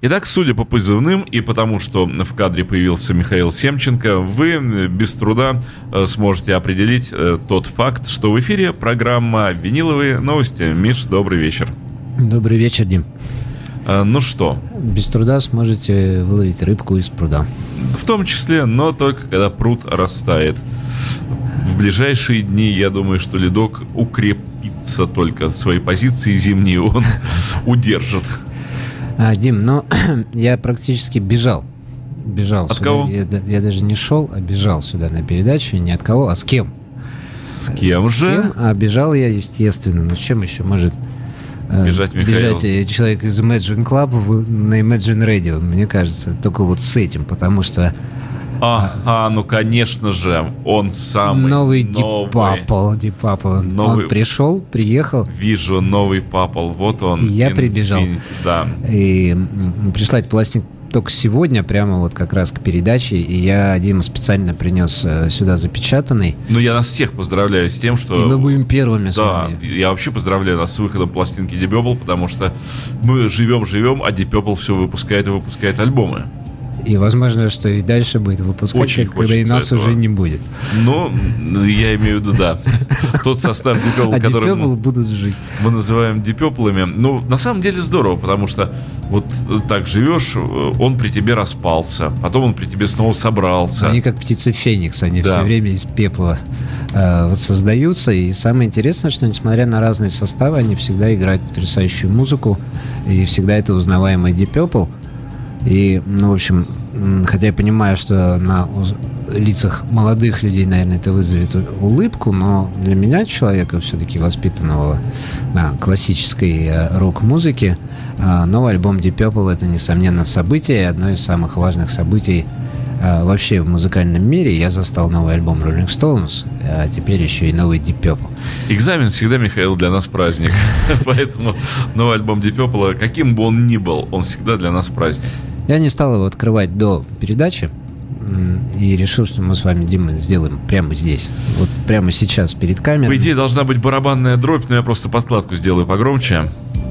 Итак, судя по позывным и потому, что в кадре появился Михаил Семченко, вы без труда сможете определить тот факт, что в эфире программа «Виниловые новости». Миш, добрый вечер. Добрый вечер, Дим. Ну что? Без труда сможете выловить рыбку из пруда. В том числе, но только когда пруд растает. В ближайшие дни, я думаю, что ледок укрепится только. Свои позиции зимние он удержит. Дим, я практически бежал. От сюда. кого? Я даже не шел, а бежал сюда на передачу. Не от кого, а с кем. С кем же? А бежал я, естественно. Но с чем еще может бежать Михаил? Бежать человек из Imagine Club на Imagine Radio, мне кажется, только вот с этим, потому что... Ну, конечно же, он самый новый Deep Purple. Он пришел, приехал. Вижу новый Purple, вот он. Я прибежал. Да. И пришла эта пластинка только сегодня, прямо вот как раз к передаче, и я Диму специально принес сюда запечатанный. Я нас всех поздравляю с тем, что... И мы будем первыми с вами. Да, я вообще поздравляю нас с выходом пластинки Deep Purple, потому что мы живем, а Deep Purple все выпускает и выпускает альбомы. И возможно, что и дальше будет выпускать, очень когда и нас этого. Уже не будет. Я имею в виду, да. Тот состав Deep Purple, который Deep Purple будут жить. Мы называем Deep Purple'ами. На самом деле здорово, потому что вот так живешь, он при тебе распался, потом он при тебе снова собрался. Они как птицы Феникс, они все время из пепла создаются. И самое интересное, что несмотря на разные составы, они всегда играют потрясающую музыку, и всегда это узнаваемый Deep Purple. И, в общем, хотя я понимаю, что на лицах молодых людей, наверное, это вызовет улыбку, но для меня, человека все-таки воспитанного на классической рок-музыке, новый альбом Deep Purple — это, несомненно, событие, одно из самых важных событий вообще в музыкальном мире. Я застал новый альбом Rolling Stones, а теперь еще и новый Deep Purple. Экзамен всегда, Михаил, для нас праздник. Поэтому новый альбом Deep Purple, каким бы он ни был, он всегда для нас праздник. Я не стал его открывать до передачи и решил, что мы с вами, Дима, сделаем прямо здесь. Вот прямо сейчас перед камерой. По идее, должна быть барабанная дробь, но я просто подкладку сделаю погромче.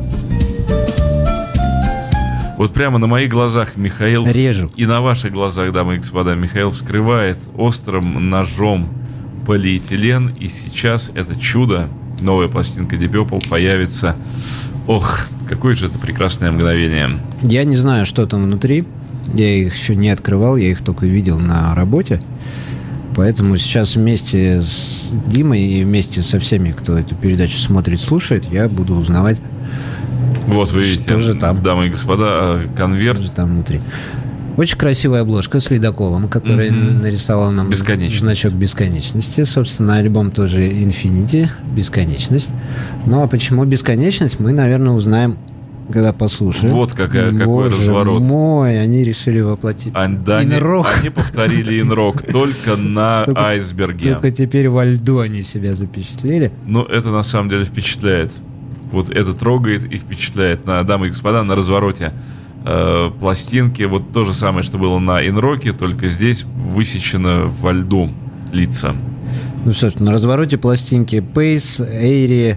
Вот прямо на моих глазах Михаил... Режу. И на ваших глазах, дамы и господа, Михаил вскрывает острым ножом полиэтилен. И сейчас это чудо, новая пластинка Deep Purple появится. Ох, какое же это прекрасное мгновение. Я не знаю, что там внутри. Я их еще не открывал, я их только видел на работе. Поэтому сейчас вместе с Димой и вместе со всеми, кто эту передачу смотрит, слушает, я буду узнавать, вот вы видите, что же там. Дамы и господа, конверт. Что же там внутри. Очень красивая обложка с ледоколом, который нарисовал нам значок бесконечности. Собственно, альбом тоже Infinity, бесконечность. Ну, а почему бесконечность, мы, наверное, узнаем, когда послушаем. Вот какой разворот. Мой, они решили воплотить инрок. Они повторили инрок только на айсберге. Только теперь во льду они себя запечатлели. Это на самом деле впечатляет. Вот это трогает и впечатляет. Дамы и господа, на развороте пластинки вот то же самое, что было на инроке, только здесь высечено во льду лица. Ну что ж, на развороте пластинки Пейс, Эйри,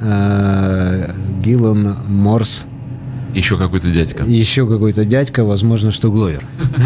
Гиллан, Морс. Еще какой-то дядька. Возможно, что Гловер.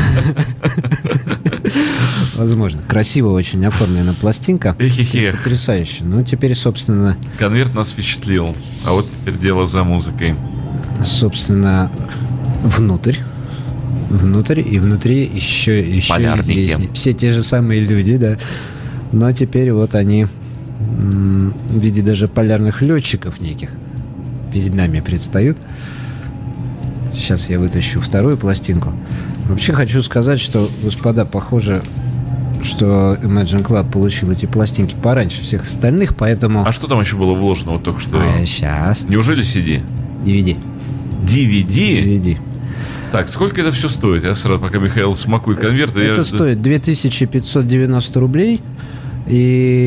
Возможно. Красиво очень оформлена пластинка. Потрясающе. Теперь, собственно... Конверт нас впечатлил. А вот теперь дело за музыкой. Собственно, внутрь, и внутри еще полярники. Все те же самые люди, да. Но теперь вот они в виде даже полярных летчиков неких перед нами предстают. Сейчас я вытащу вторую пластинку. Вообще хочу сказать, что, господа, похоже, что Imagine Club получил эти пластинки пораньше всех остальных, поэтому... А что там еще было вложено вот только что? Сейчас. Неужели CD? DVD. DVD. Так, сколько это все стоит? Я сразу, пока Михаил смакует конверт... Это стоит 2590 рублей. И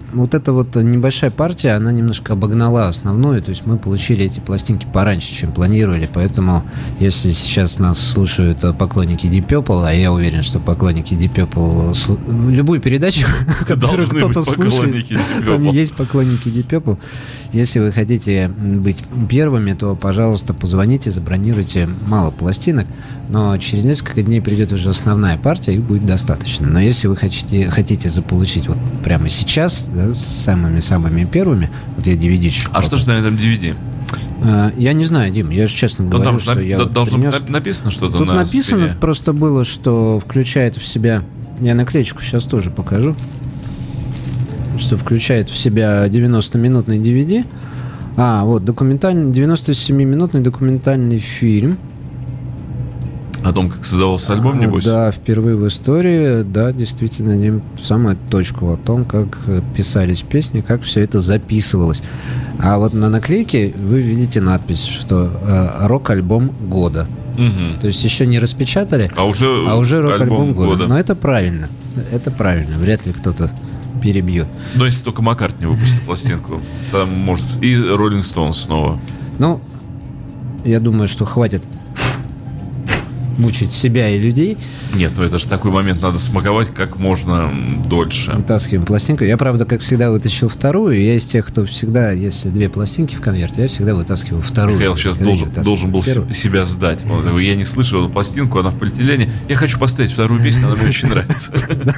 вот эта вот небольшая партия, она немножко обогнала основную, то есть мы получили эти пластинки пораньше, чем планировали, поэтому если сейчас нас слушают поклонники Deep Purple, а я уверен, что поклонники Deep Purple, любую передачу, которую кто-то слушает, там есть поклонники Deep Purple, если вы хотите быть первыми, то, пожалуйста, позвоните, забронируйте мало пластинок, но через несколько дней придет уже основная партия, их будет достаточно. Но если вы хотите заполучить вот прямо сейчас, да, с самыми-самыми первыми, вот я DVD-чик. А что же на этом DVD? Я не знаю, Дим, я же честно говорю, там что я должно принес. написано что-то Тут на написано спине. просто было, что включает в себя... Я наклеечку сейчас тоже покажу. Что включает в себя 90-минутный DVD. Вот, 97-минутный документальный фильм. О том, как создавался альбом, небось? Да, впервые в истории, да, действительно, самую точку о том, как писались песни, как все это записывалось. А вот на наклейке вы видите надпись, что рок-альбом года. Угу. То есть еще не распечатали, а уже рок-альбом года. Но это правильно. Это правильно. Вряд ли кто-то перебьет. Но если только Маккартни выпустит пластинку, там может и Роллинг Стоунс снова. Ну, я думаю, что хватит мучить себя и людей. Нет, ну это же такой момент, надо смаковать как можно дольше. Вытаскиваем пластинку. Я, правда, как всегда, вытащил вторую. Я из тех, кто всегда, если две пластинки в конверте, я всегда вытаскиваю вторую. Михаил сейчас должен был себя сдать. Я не слышал эту пластинку, она в полиэтилене. Я хочу поставить вторую песню, она мне очень нравится.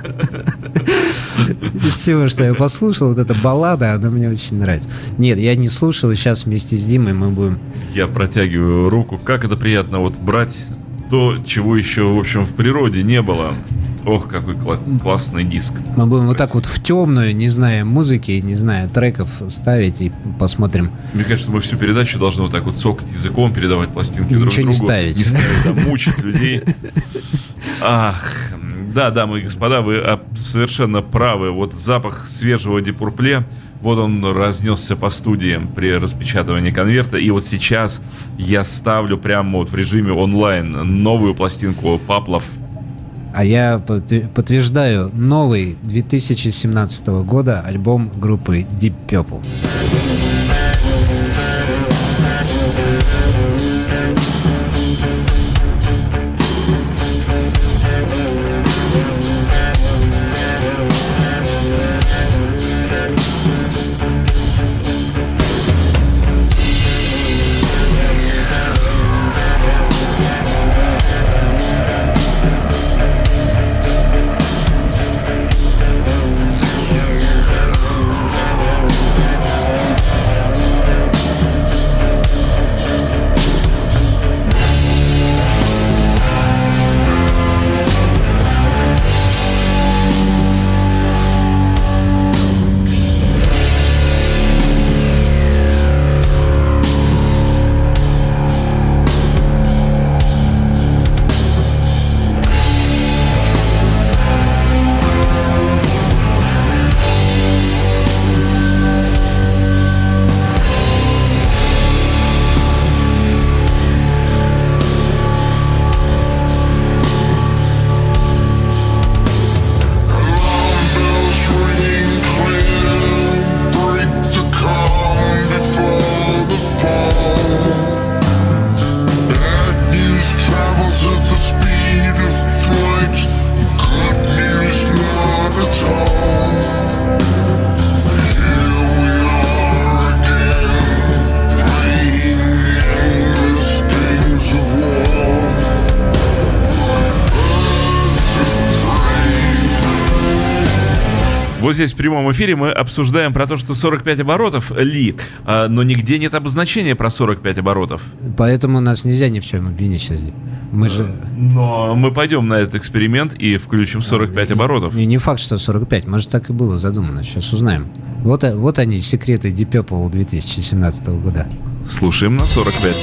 Из всего, что я послушал, вот эта баллада, она мне очень нравится. Нет, я не слушал, и сейчас вместе с Димой мы будем... Я протягиваю руку. Как это приятно вот брать то, чего еще, в общем, в природе не было. Ох, какой классный диск. Мы будем вот так вот в темную, не зная музыки, не зная треков, ставить и посмотрим. Мне кажется, мы всю передачу должны вот так вот цокать языком, передавать пластинки друг другу. Ничего не ставить. Не ставить, а мучить людей. Ах, да, дамы и господа, вы совершенно правы. Вот запах свежего Deep Purple, вот он разнесся по студии при распечатывании конверта. И вот сейчас я ставлю прямо вот в режиме онлайн новую пластинку Паплов. А я подтверждаю новый 2017 года альбом группы Deep Purple. Вот здесь в прямом эфире мы обсуждаем про то, что 45 оборотов ли, но нигде нет обозначения про 45 оборотов. Поэтому нас нельзя ни в чем обвинить сейчас. Мы же... Но мы пойдем на этот эксперимент и включим 45 оборотов. Не факт, что 45. Может, так и было задумано. Сейчас узнаем. Вот они, секреты Deep Purple 2017 года. Слушаем на 45.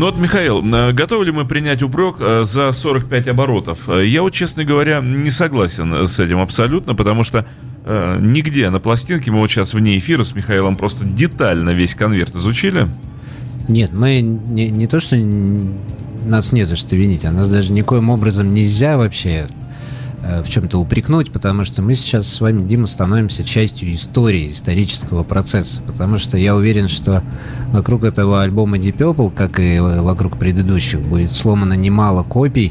Ну вот, Михаил, готовы ли мы принять упрек за 45 оборотов? Я вот, честно говоря, не согласен с этим абсолютно, потому что нигде на пластинке, мы вот сейчас вне эфира с Михаилом просто детально весь конверт изучили. Нет, мы не то, что нас не за что винить, а нас даже никоим образом нельзя вообще в чем-то упрекнуть, потому что мы сейчас с вами, Дима, становимся частью истории, исторического процесса, потому что я уверен, что вокруг этого альбома Deep Purple, как и вокруг предыдущих, будет сломано немало копий,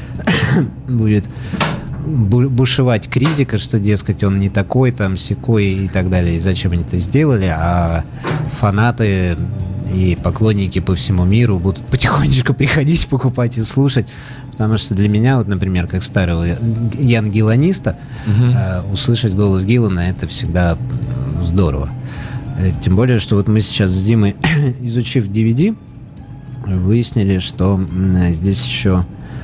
будет бушевать критика, что, дескать, он не такой, там, сякой и так далее, и зачем они это сделали, а фанаты и поклонники по всему миру будут потихонечку приходить, покупать и слушать. Потому что для меня, вот, например, как старого ян-гилланиста, услышать голос Гиллана — это всегда здорово. Тем более, что вот мы сейчас с Димой, изучив DVD, выяснили, что здесь еще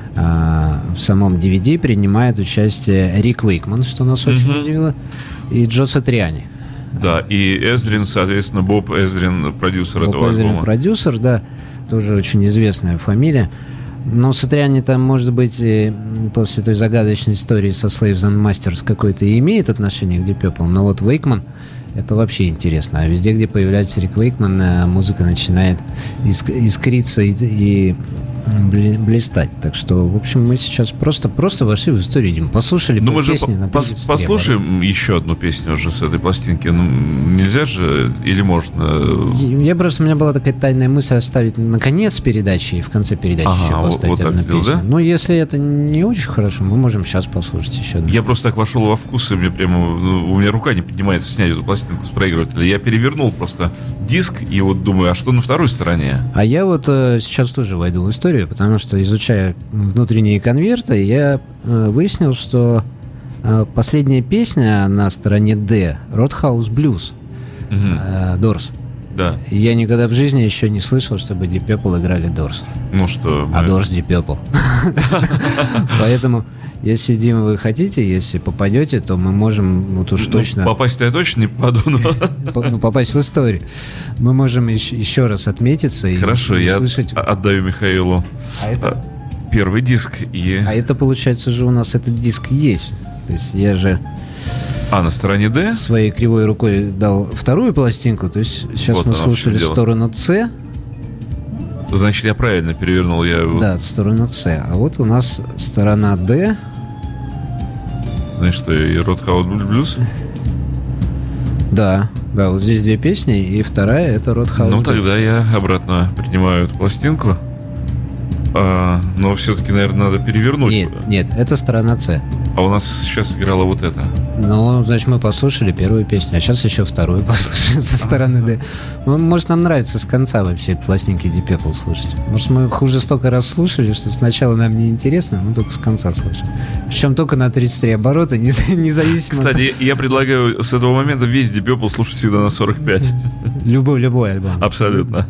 в самом DVD принимает участие Рик Уэйкман, что нас очень удивило, и Джо Сатриани. Да, и Эзрин, соответственно, Боб Эзрин, продюсер этого Эзрин, альбома. Продюсер, да, тоже очень известная фамилия. Но Сатриани там, может быть, после той загадочной истории со Slaves and Masters какое-то и имеет отношение к Deep Purple, но вот Уэйкман — это вообще интересно. А везде, где появляется Рик Уэйкман, музыка начинает искриться и блистать. Так что, в общем, мы сейчас просто вошли в историю, Дим. Послушали песни на 30 послушаем еще одну песню уже с этой пластинки. Ну, нельзя же, или можно? У меня была такая тайная мысль оставить на конец передачи и в конце передачи еще поставить одну песню. Да? Но если это не очень хорошо, мы можем сейчас послушать еще одну. Я просто так вошел во вкус, и мне прямо, у меня рука не поднимается снять эту пластинку с проигрывателя. Я перевернул просто диск и вот думаю, а что на второй стороне? А я вот сейчас тоже войду в историю, потому что, изучая внутренние конверты, я выяснил, что последняя песня на стороне D — Roadhouse Blues, Doors. Да. Я никогда в жизни еще не слышал, чтобы Deep Purple играли Doors. Ну что? А Doors Deep Purple. Поэтому, если, Дима, вы хотите, если попадете, то мы можем вот уж точно... Попасть-то я точно не попаду, но... попасть в историю. Мы можем еще раз отметиться и хорошо, услышать... я отдаю Михаилу первый диск. А это, получается же, у нас этот диск есть. То есть я же... на стороне D? Своей кривой рукой дал вторую пластинку. То есть сейчас вот мы слушали сторону C. Значит, я правильно перевернул. Да, сторону C. А вот у нас сторона D. Значит, что, и Roadhouse Blues? Да, вот здесь две песни, и вторая — это Roadhouse Blues. Ну, тогда я обратно принимаю эту пластинку. Но все-таки, наверное, надо перевернуть. Нет, это сторона C. А у нас сейчас играла вот эта. Ну, значит, мы послушали первую песню, а сейчас еще вторую послушаем со стороны D. Ну, может, нам нравится с конца вообще пластинки Deep Purple слушать. Может, мы их уже столько раз слушали, что сначала нам не интересно, мы только с конца слушаем. Причем только на 33 оборота, независимо. Кстати, я предлагаю с этого момента весь Deep Purple слушать всегда на 45. Любой альбом. Абсолютно.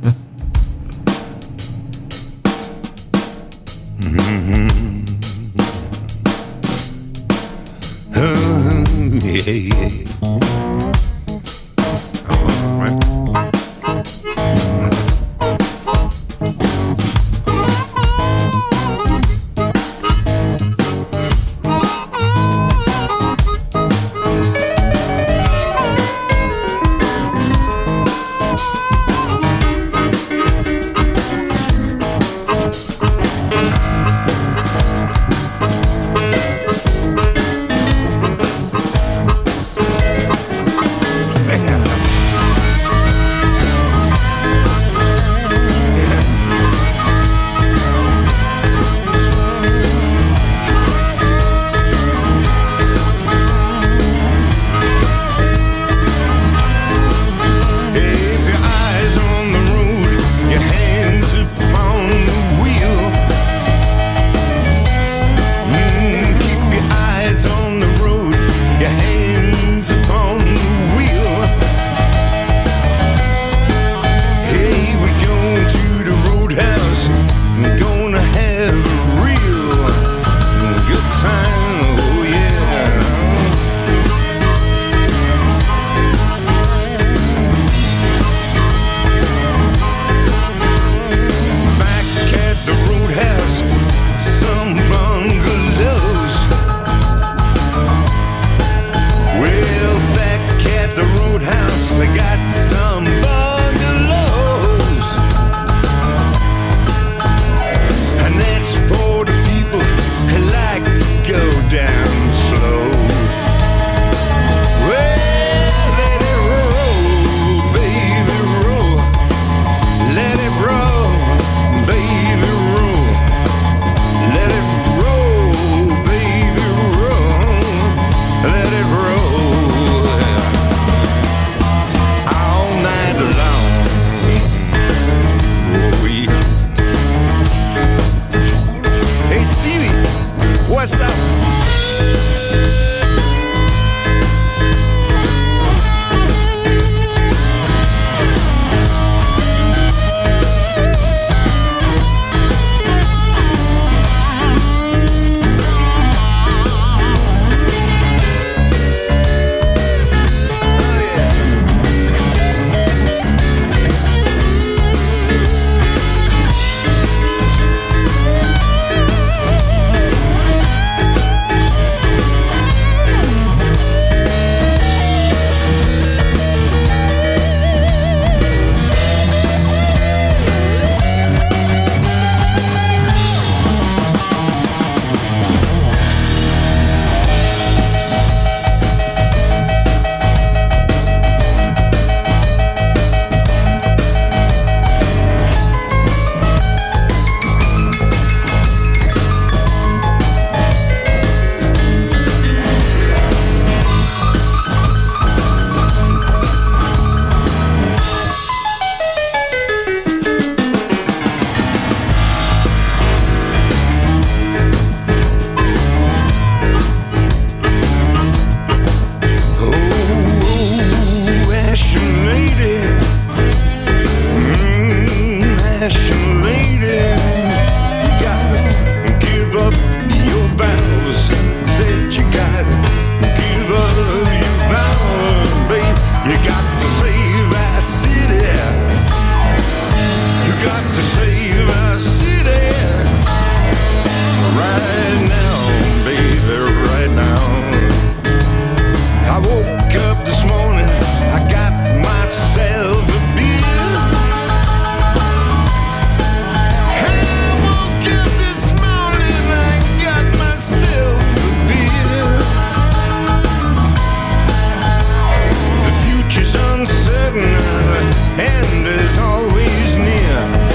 end is always near.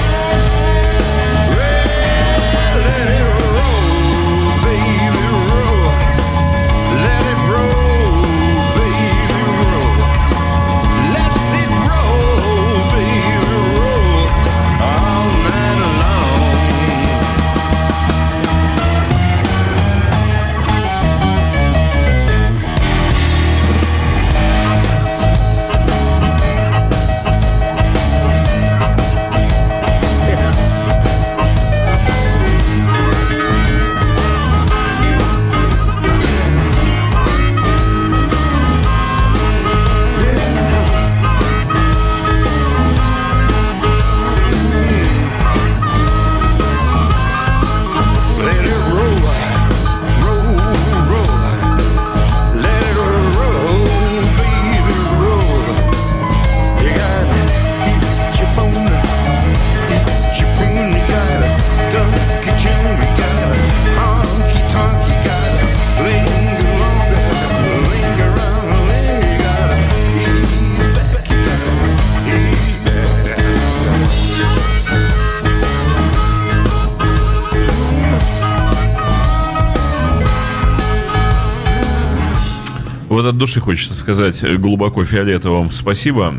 Вот от души хочется сказать глубоко фиолетовым спасибо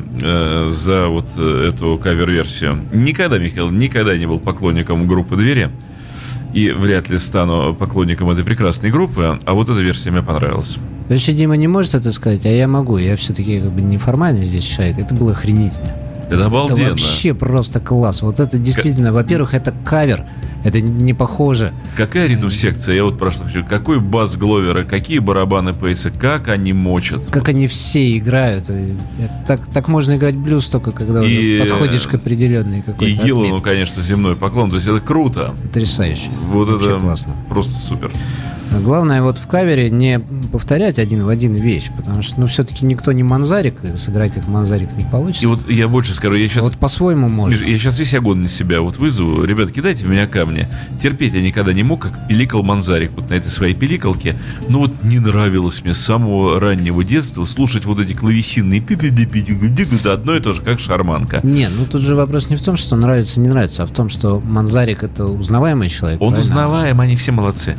за вот эту кавер-версию. Никогда, Михаил, никогда не был поклонником группы «Двери». И вряд ли стану поклонником этой прекрасной группы. А вот эта версия мне понравилась. Вообще Дима не может это сказать, а я могу. Я все-таки как бы неформальный здесь человек. Это было охренительно. Это обалденно. Это вообще просто класс. Вот это действительно, во-первых, это кавер. Это не похоже. Какая ритм-секция? Я вот просто хочу. Какой бас Гловера, какие барабаны Пейса, как они мочат. Как они все играют. Так можно играть блюз только когда уже подходишь к определенной какой-то И Гиллану, конечно, земной поклон. То есть это круто. Потрясающе. Вот вообще это классно. Просто супер. Главное вот в кавере не повторять один в один вещь, потому что, все-таки никто не Манзарик, сыграть как Манзарик не получится. И вот я больше скажу, я сейчас... Вот по-своему можно. Я сейчас весь огонь на себя вот вызову. Ребят, кидайте в меня камни. Терпеть я никогда не мог, как пиликал Манзарик вот на этой своей пиликалке. Но вот не нравилось мне с самого раннего детства слушать вот эти клавесинные пи-пи-пи-пи-пи-пи-пи, одно и то же, как шарманка. Не, тут же вопрос не в том, что нравится, не нравится, а в том, что Манзарик — это узнаваемый человек. Он правильно? узнаваем, они все молодцы.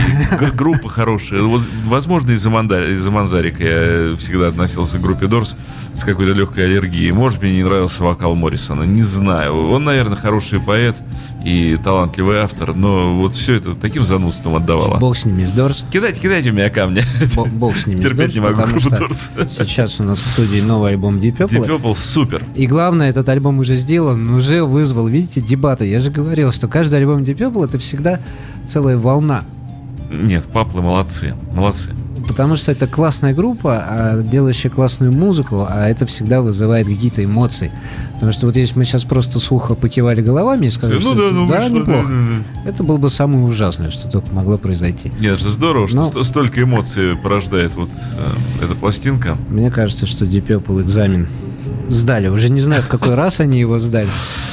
Группа хорошая. Вот, возможно, из-за Манзарика я всегда относился к группе Дорс с какой-то легкой аллергией. Может, мне не нравился вокал Моррисона. Не знаю. Он, наверное, хороший поэт и талантливый автор, но вот все это таким занудством отдавало. Бог с ними, с Дорс. Кидайте у меня камни. Бог с ними, терпеть не могу группу Дорс. Сейчас у нас в студии новый альбом Deep Purple. Deep Purple супер. И главное, этот альбом уже сделан, уже вызвал, видите, дебаты. Я же говорил, что каждый альбом Deep Purple — это всегда целая волна. Нет, паплы молодцы. Потому что это классная группа, делающая классную музыку, а это всегда вызывает какие-то эмоции. Потому что вот если мы сейчас просто сухо покивали головами и сказали, что неплохо, это было бы самое ужасное, что только могло произойти. Нет, это здорово, что столько эмоций порождает вот эта пластинка. Мне кажется, что Deep Purple экзамен сдали. Уже не знаю, в какой раз они его сдали.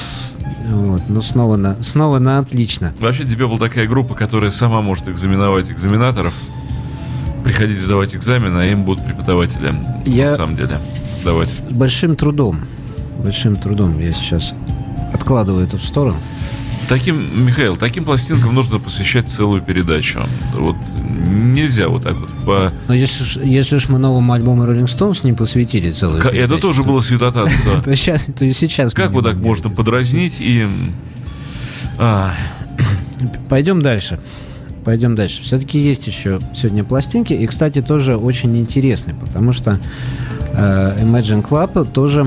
Вот, но снова на отлично. Вообще Deep Purple такая группа, которая сама может экзаменовать экзаменаторов, приходить сдавать экзамены, а им будут преподаватели на самом деле сдавать. Большим трудом я сейчас откладываю это в сторону. Михаил, таким пластинкам нужно посвящать целую передачу. Вот нельзя вот так вот Но если ж мы новому альбому Rolling Stones не посвятили целую передачу. Это тоже было святотатство. То и сейчас. Как вот так можно подразнить и... Пойдем дальше. Все-таки есть еще сегодня пластинки. И, кстати, тоже очень интересные, потому что Imagine Club тоже,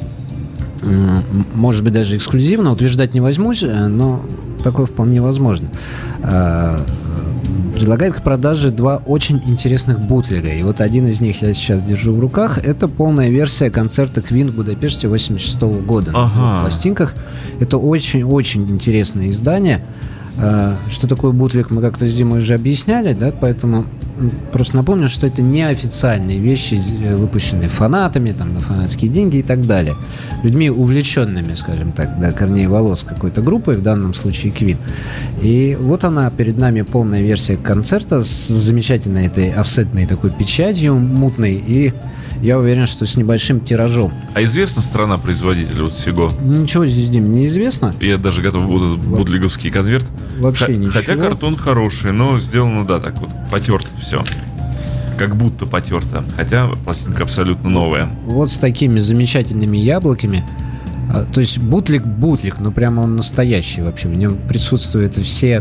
может быть, даже эксклюзивно, утверждать не возьмусь, но такое вполне возможно. Предлагает к продаже 2 очень интересных бутлега. И вот один из них я сейчас держу в руках. Это полная версия концерта Queen в Будапеште 1986 года. На пластинках. Это очень-очень интересное издание. Что такое бутлег, мы как-то с Димой уже объясняли, да, поэтому просто напомню, что это не официальные вещи, выпущенные фанатами, там, на фанатские деньги и так далее. Людьми, увлеченными, скажем так, до корней волос какой-то группой, в данном случае Queen. И вот она, перед нами полная версия концерта с замечательной этой офсетной такой печатью мутной, и Я уверен, что с небольшим тиражом. А известна страна производителя вот всего? Ничего здесь, Дим, не известно. Я даже готов вот этот бутлеговский конверт. Вообще ничего. Хотя картон хороший, но сделано, да, так вот, потерто все. Как будто потерто. Хотя пластинка абсолютно новая. Вот с такими замечательными яблоками. То есть бутлег, но прямо он настоящий вообще. В нем присутствуют все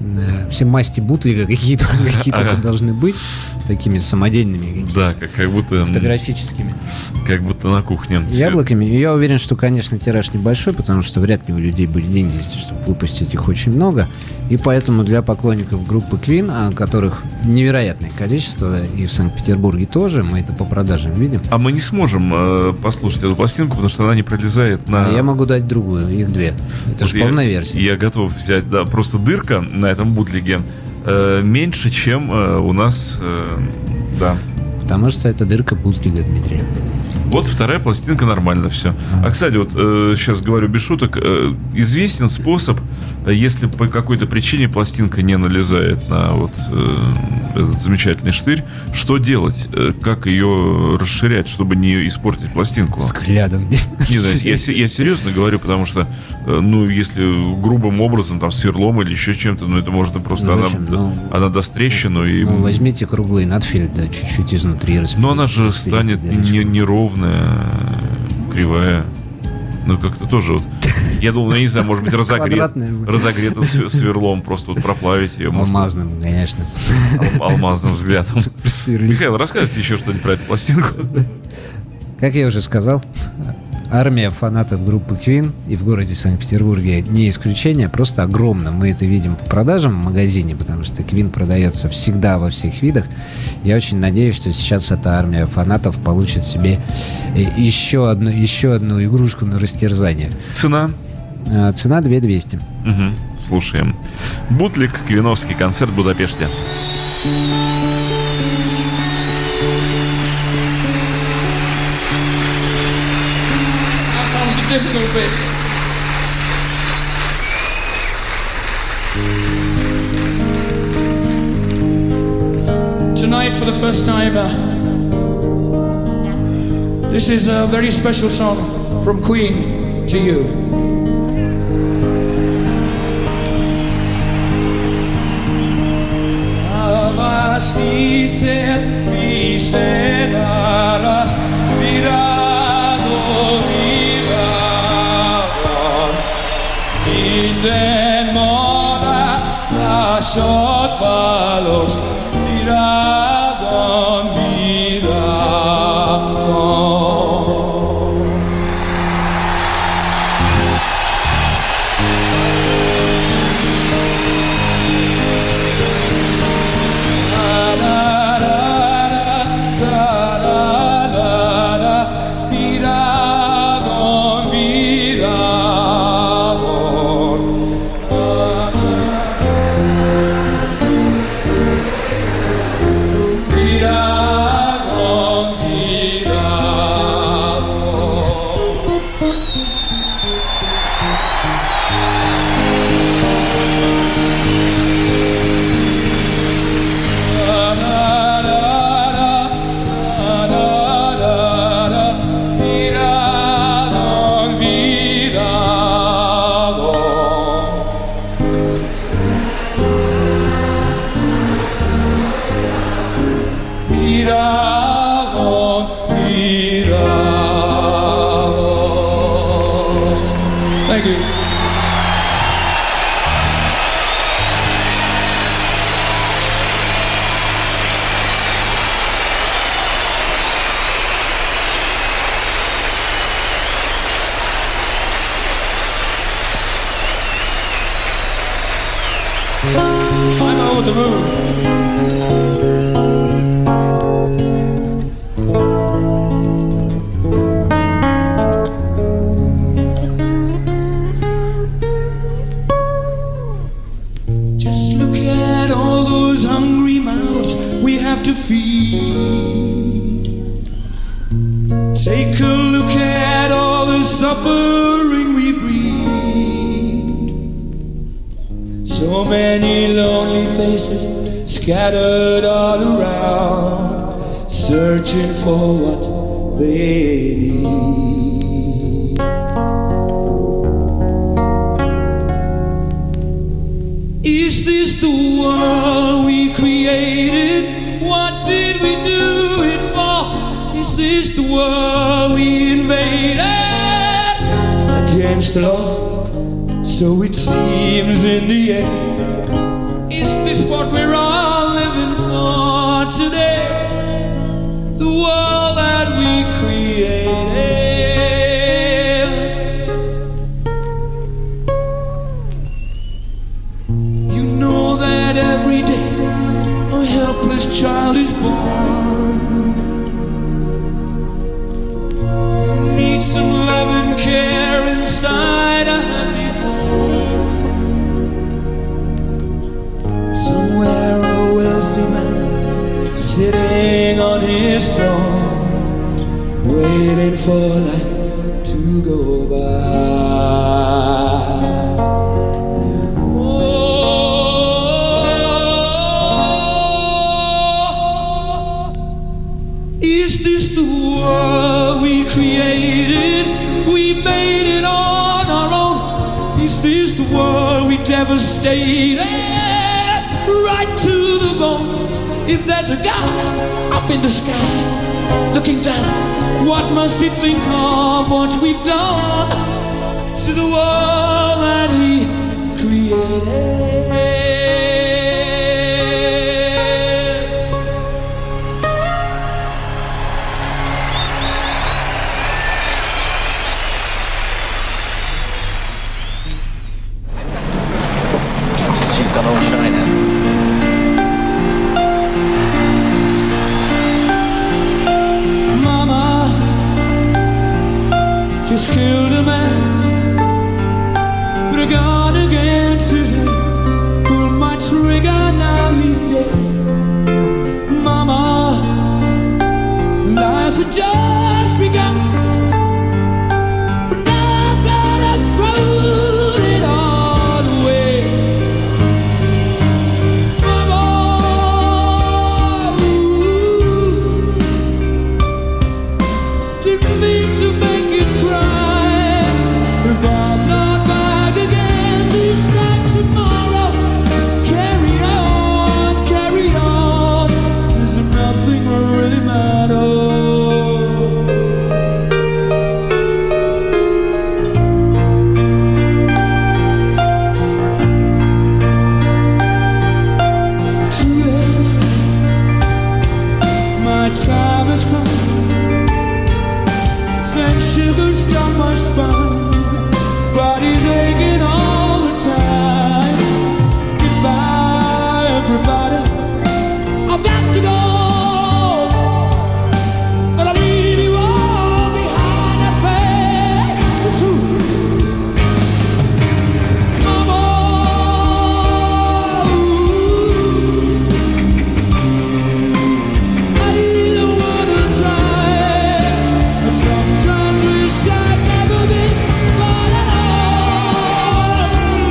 масти бутлега, какие-то должны быть. С такими самодельными. Да, как будто... Фотографическими. Как будто на кухне. Яблоками. И я уверен, что, конечно, тираж небольшой, потому что вряд ли у людей были деньги, чтобы выпустить их очень много. И поэтому для поклонников группы Queen, которых невероятное количество, и в Санкт-Петербурге тоже, мы это по продажам видим. А мы не сможем послушать эту пластинку, потому что она не пролезает на... Я могу дать другую, их две. Это же полная версия. Я готов взять, да, просто дырка на этом бутлеге меньше, чем у нас, да. Потому что это дырка бутлега, Дмитрий. Вот вторая пластинка, нормально все. А, кстати, вот сейчас говорю без шуток, известен способ, если по какой-то причине пластинка не налезает на вот этот замечательный штырь, что делать? Как ее расширять, чтобы не испортить пластинку? Взглядом. Не знаю, я серьезно говорю, потому что, ну, если грубым образом, там, сверлом или еще чем-то, ну, это можно просто, она даст трещину и... Ну, возьмите круглый надфиль, да, чуть-чуть изнутри. Но она же станет неровная, кривая. Ну, как-то тоже вот... Я думал, я не знаю, может быть, разогретым сверлом просто вот проплавить ее. Алмазным, конечно. Алмазным взглядом. Михаил, рассказывайте еще что-нибудь про эту пластинку. Как я уже сказал, армия фанатов группы Queen, и в городе Санкт-Петербурге не исключение, просто огромно. Мы это видим по продажам в магазине, потому что Queen продается всегда во всех видах. Я очень надеюсь, что сейчас эта армия фанатов получит себе еще одну игрушку на растерзание. Цена? Цена 2200. Угу. Слушаем. Бутлег, квиновский концерт в Будапеште. Difficult bit. Tonight, for the first time, this is a very special song from Queen to you. Shot balos, miradon Thank you. I'm over the moon. Just look at all those hungry mouths we have to feed. Take a look at all the suffering we breed. So many lonely faces scattered all around, searching for what they need. Is this the world we created? What did we do it for? Is this the world we invaded? Against the law, so it seems in the end. Is this what we're all living for today? The world that we created. You know that every day a helpless child is born, who needs some love and care inside a happy home. Somewhere a wealthy man sitting on his throne, waiting for life to go by. Is this the world we created? We made it on our own. Is this the world we devastated? Right to the bone. If there's a God up in the sky looking down, what must he think of what we've done to the world that he created? Just killed a man, but I got against his head. Pulled my trigger, now he's dead. Mama, life had just begun, but now I've gotta throw it all away. Mama, ooh, didn't mean to make you cry. If I'm not back again this time tomorrow, carry on, there's nothing really matters. Too late, my time has come. Thank shivers down my spine, body's aching all the time. Goodbye, everybody, I've got to go, but I'll leave you all behind and face the truth. Mama, ooh, I need a word of time. Sometimes wish I'd never been born at all.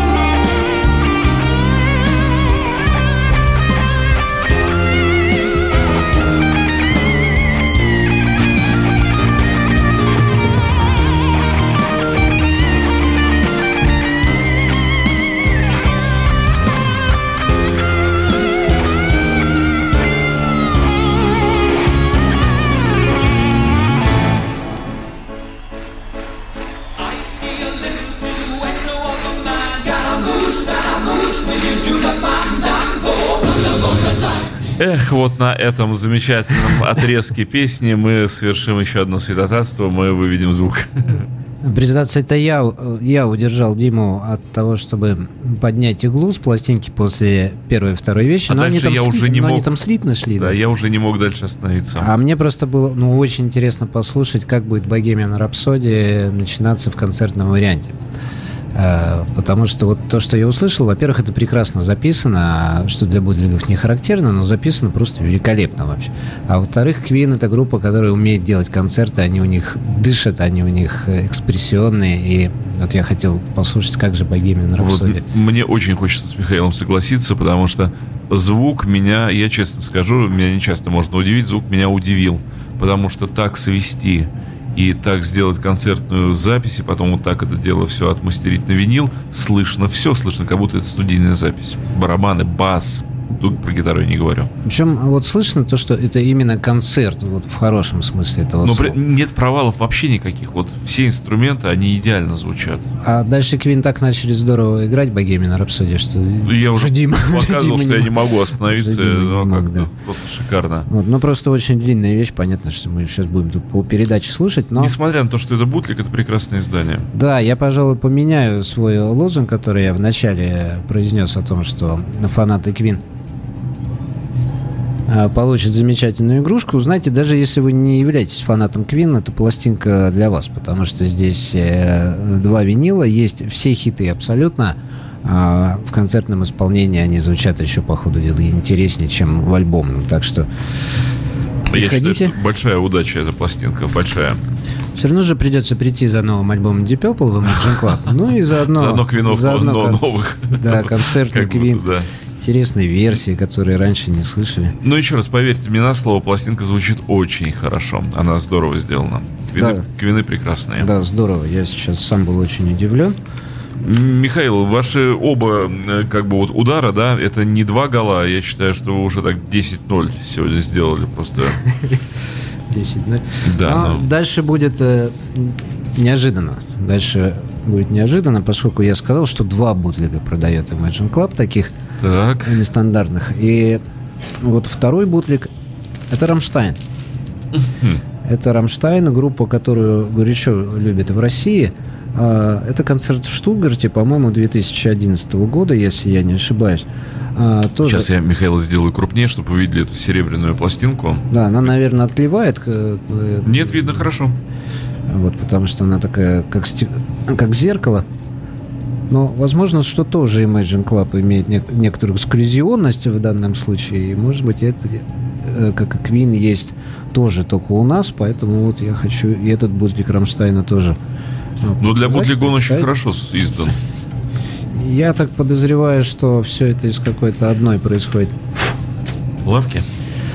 I see a little silhouette of a man. Scaramouche, will you do the fandango? Thunderbolts and lightning. Эх, вот на этом замечательном отрезке песни мы совершим еще одно святотатство, мы выведем звук. Признаться, это я удержал Диму от того, чтобы поднять иглу с пластинки после первой и второй вещи. А но дальше они там я уже не мог. они там слитно шли. Да, я уже не мог дальше остановиться. А мне просто было очень интересно послушать, как будет Bohemian Rhapsody начинаться в концертном варианте. Потому что вот то, что я услышал, во-первых, это прекрасно записано, что для бутлегов не характерно, но записано просто великолепно вообще. А во-вторых, Queen — это группа, которая умеет делать концерты, они у них дышат, они у них экспрессионные, и вот я хотел послушать, как же Bohemian Rhapsody. Вот, мне очень хочется с Михаилом согласиться, потому что звук меня, я честно скажу, меня не часто можно удивить, звук меня удивил. потому что так свести и так сделать концертную запись, и потом вот так это дело все отмастерить на винил, слышно все, слышно, как будто это студийная запись. Барабаны, бас. Тут про гитару я не говорю. Причем вот слышно то, что это именно концерт, вот в хорошем смысле этого слова. Но нет провалов вообще никаких. Вот все инструменты, они идеально звучат. А дальше Queen так начали здорово играть Bohemian Rhapsody, что я уже показывал, что я не могу остановиться. Да. Просто шикарно. Вот, ну, просто очень длинная вещь. Понятно, что мы сейчас будем тут полпередачи слушать, но... Несмотря на то, что это бутлег, это прекрасное издание. Да, я, пожалуй, поменяю свой лозунг, который я вначале произнес о том, что фанаты Queen получат замечательную игрушку. Знаете, даже если вы не являетесь фанатом Queen, это пластинка для вас, потому что здесь 2 винила, есть все хиты абсолютно. В концертном исполнении они звучат еще, по ходу дела, интереснее, чем в альбомном. Так что приходите. Я считаю, это большая удача, эта пластинка, большая. Все равно же придется прийти за новым альбомом Deep Purple в Imagine Club. Ну и заодно Квинов новых. Да, концертный Queen. Интересные версии, которые раньше не слышали. Ну, еще раз, поверьте мне на слово, пластинка звучит очень хорошо. Она здорово сделана. Квины прекрасные. Да, здорово. Я сейчас сам был очень удивлен. Михаил, ваши оба как бы вот удара, да, это не 2 гола. Я считаю, что вы уже так 10-0 сегодня сделали просто. 10-0. Да. Дальше будет неожиданно. Дальше будет неожиданно, поскольку я сказал, что 2 бутлега продает Imagine Club, таких нестандартных. И вот второй бутлег — это Рамштайн. Это Рамштайн, группа, которую горячо любят в России. Это концерт в Штутгарте, по-моему, 2011 года, если я не ошибаюсь. Тоже... Сейчас я, Михаил, сделаю крупнее, чтобы вы видели эту серебряную пластинку. Да, она, наверное, отливает. Нет, видно хорошо. Вот, потому что она такая, как зеркало. Но, возможно, что тоже Imagine Club имеет некоторую эксклюзионность в данном случае. И, может быть, это, как и Queen, есть тоже только у нас. Поэтому вот я хочу и этот бутлег Рамштайна тоже. Но для бутлега он очень хорошо издан. Я так подозреваю, что все это из какой-то одной происходит. Лавки?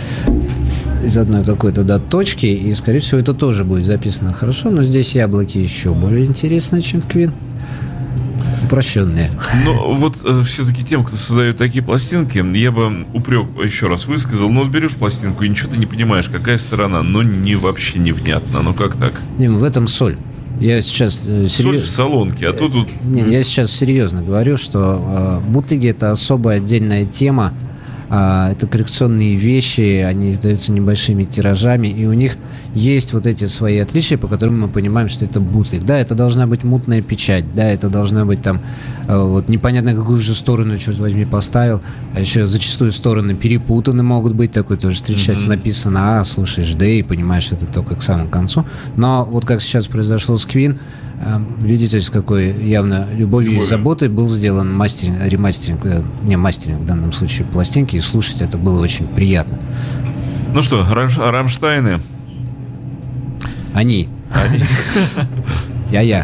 Из одной какой-то, точки. И, скорее всего, это тоже будет записано хорошо. Но здесь яблоки еще более интересные, чем Queen. Упрощенные. Но вот все-таки тем, кто создает такие пластинки, я бы упрек еще раз высказал. Ну, вот берешь пластинку и ничего ты не понимаешь, какая сторона, но вообще невнятно. Ну, как так? В этом соль. Я сейчас соль в солонке, а тут... Я сейчас серьезно говорю, что бутлеги — это особая отдельная тема. Это коллекционные вещи, они издаются небольшими тиражами, и у них есть вот эти свои отличия, по которым мы понимаем, что это бутлег. Да, это должна быть мутная печать, да, это должна быть там вот непонятно какую же сторону, черт возьми, поставил, а еще зачастую стороны перепутаны могут быть, такое тоже встречается, написано слушаешь D, и понимаешь это только к самому концу. Но вот как сейчас произошло с Queen, видите, с какой явно любовью и заботой был сделан мастеринг в данном случае пластинки, и слушать это было очень приятно. Ну что, Рамштайны? Они. Я.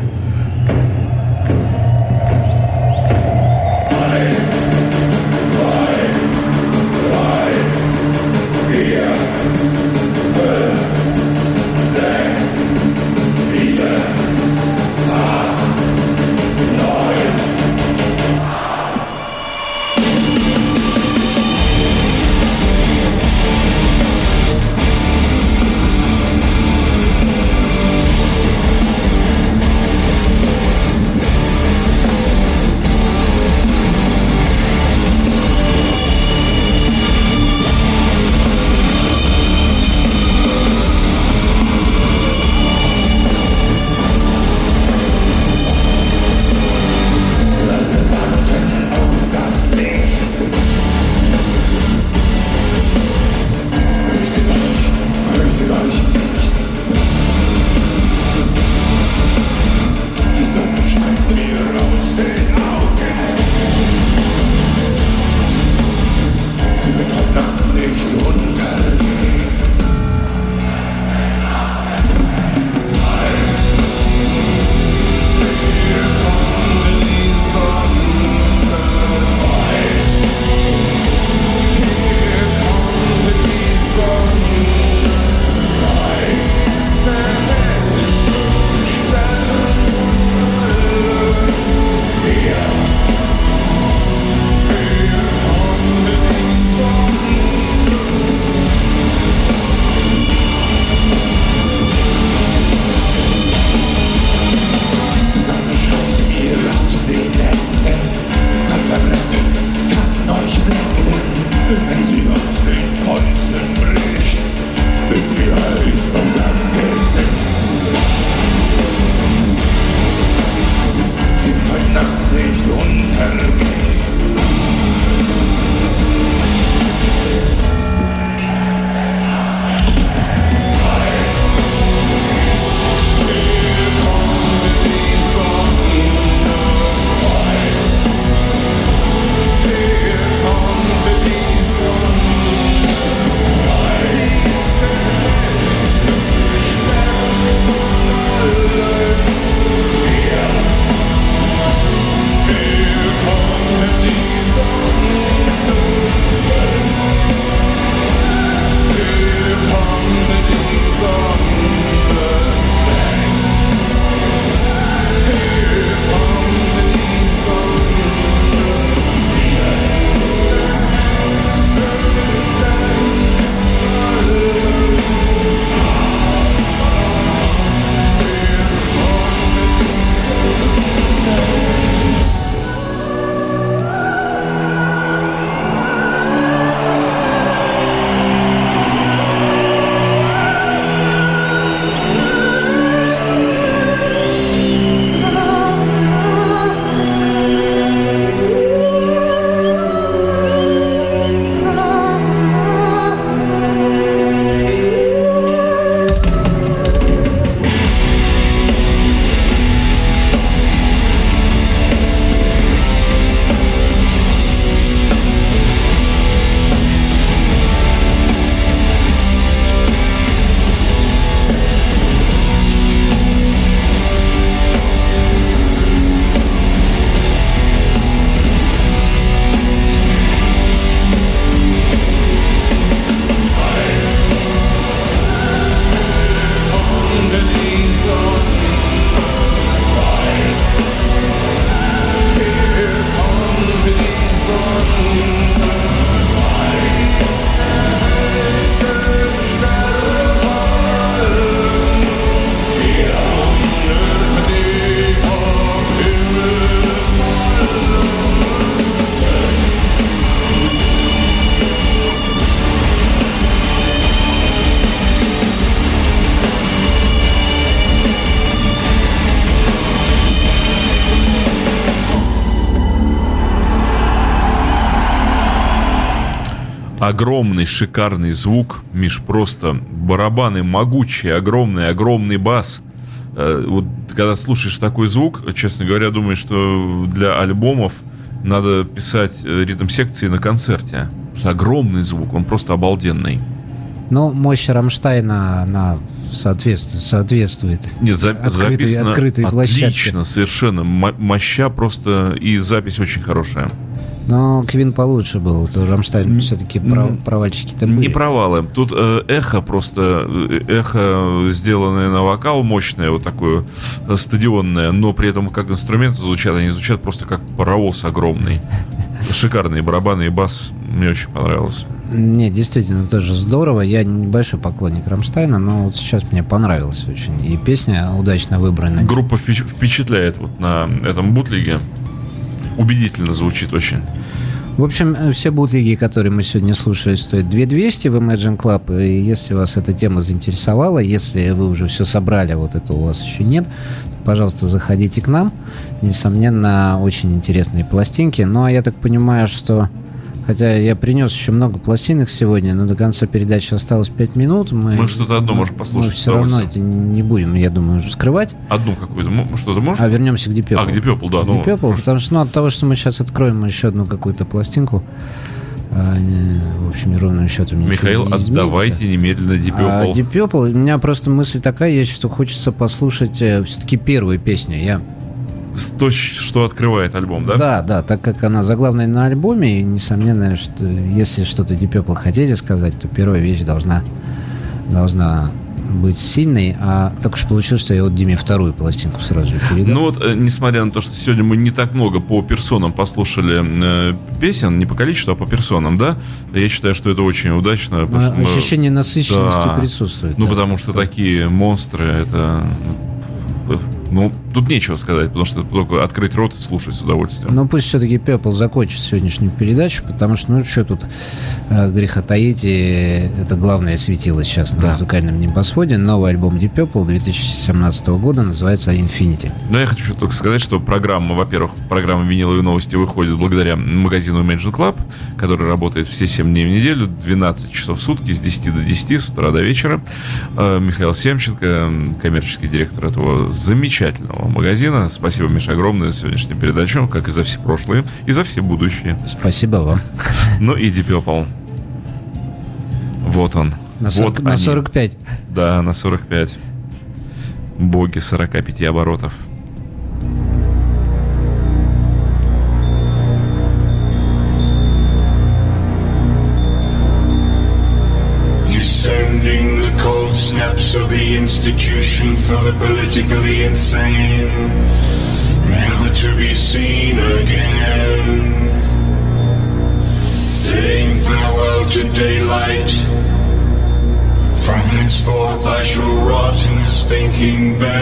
огромный, шикарный звук, Миш, просто барабаны могучие, огромный бас. Вот когда слушаешь такой звук, честно говоря, думаешь, что для альбомов надо писать ритм-секции на концерте. Потому что огромный звук, он просто обалденный. Но мощь Рамштайна, она соответствует. Нет, записано открытой площадке. Отлично, совершенно. Моща просто, и запись очень хорошая. Но Квин получше был. То Рамштайн все-таки провальчики-то были. Не провалы. Тут эхо, сделанное на вокал, мощное, вот такое стадионное, но при этом как инструменты звучат, они звучат просто как паровоз огромный. Шикарные барабаны и бас. Мне очень понравилось. Не, действительно, тоже здорово. Я небольшой поклонник Рамштайна, но вот сейчас мне понравилось очень. И песня удачно выбрана. Группа впечатляет вот на этом бутлеге. Убедительно звучит очень. В общем, все бутлеги, которые мы сегодня слушали, стоят 2200 в Imagine Club. И если вас эта тема заинтересовала, если вы уже все собрали, вот это у вас еще нет, пожалуйста, заходите к нам. Несомненно, очень интересные пластинки. Ну, а я так понимаю, что... Хотя я принес еще много пластинок сегодня, но до конца передачи осталось 5 минут. Мы что-то одно можем послушать. Мы все равно это не будем, я думаю, скрывать. Одну какую-то? Что-то можно? А вернемся к Deep Purple. К Deep Purple, да. Deep Purple, потому что от того, что мы сейчас откроем еще одну какую-то пластинку, в общем, ровным счетом ничего Михаил, не изменится. Отдавайте немедленно Deep Purple. Deep Purple, у меня просто мысль такая есть, что хочется послушать все-таки первую песню. То, что открывает альбом, да? Да, так как она заглавная на альбоме, и, несомненно, что если что-то Deep Purple хотите сказать, то первая вещь должна быть сильной, а так уж получилось, что я вот Диме вторую пластинку сразу же передал. Ну вот, несмотря на то, что сегодня мы не так много по персонам послушали песен, не по количеству, а по персонам, да, я считаю, что это очень удачно. Ощущение насыщенности присутствует. Ну, потому что такие монстры, это... Ну, тут нечего сказать, потому что только открыть рот и слушать с удовольствием. Ну, пусть все-таки Purple закончит сегодняшнюю передачу, потому что, ну, что тут греха таить, это главное светило сейчас на музыкальном небосводе. Новый альбом Deep Purple 2017 года называется Infinity. Ну, я хочу только сказать, что программа, во-первых, программа «Виниловые новости» выходит благодаря магазину Imagine Club, который работает все 7 дней в неделю, 12 часов в сутки, с 10 до 10, с утра до вечера. Михаил Семченко, коммерческий директор этого замечательного магазина. Спасибо, Миша, огромное за сегодняшнюю передачу, как и за все прошлые, и за все будущие. Спасибо вам. Ну и Deep Purple. Вот он. На 45. Да, на 45. Боги 45 оборотов. Descending the cold steps of the institution for the politically insane, never to be seen again. Saying farewell to daylight, from henceforth I shall rot in a stinking bed.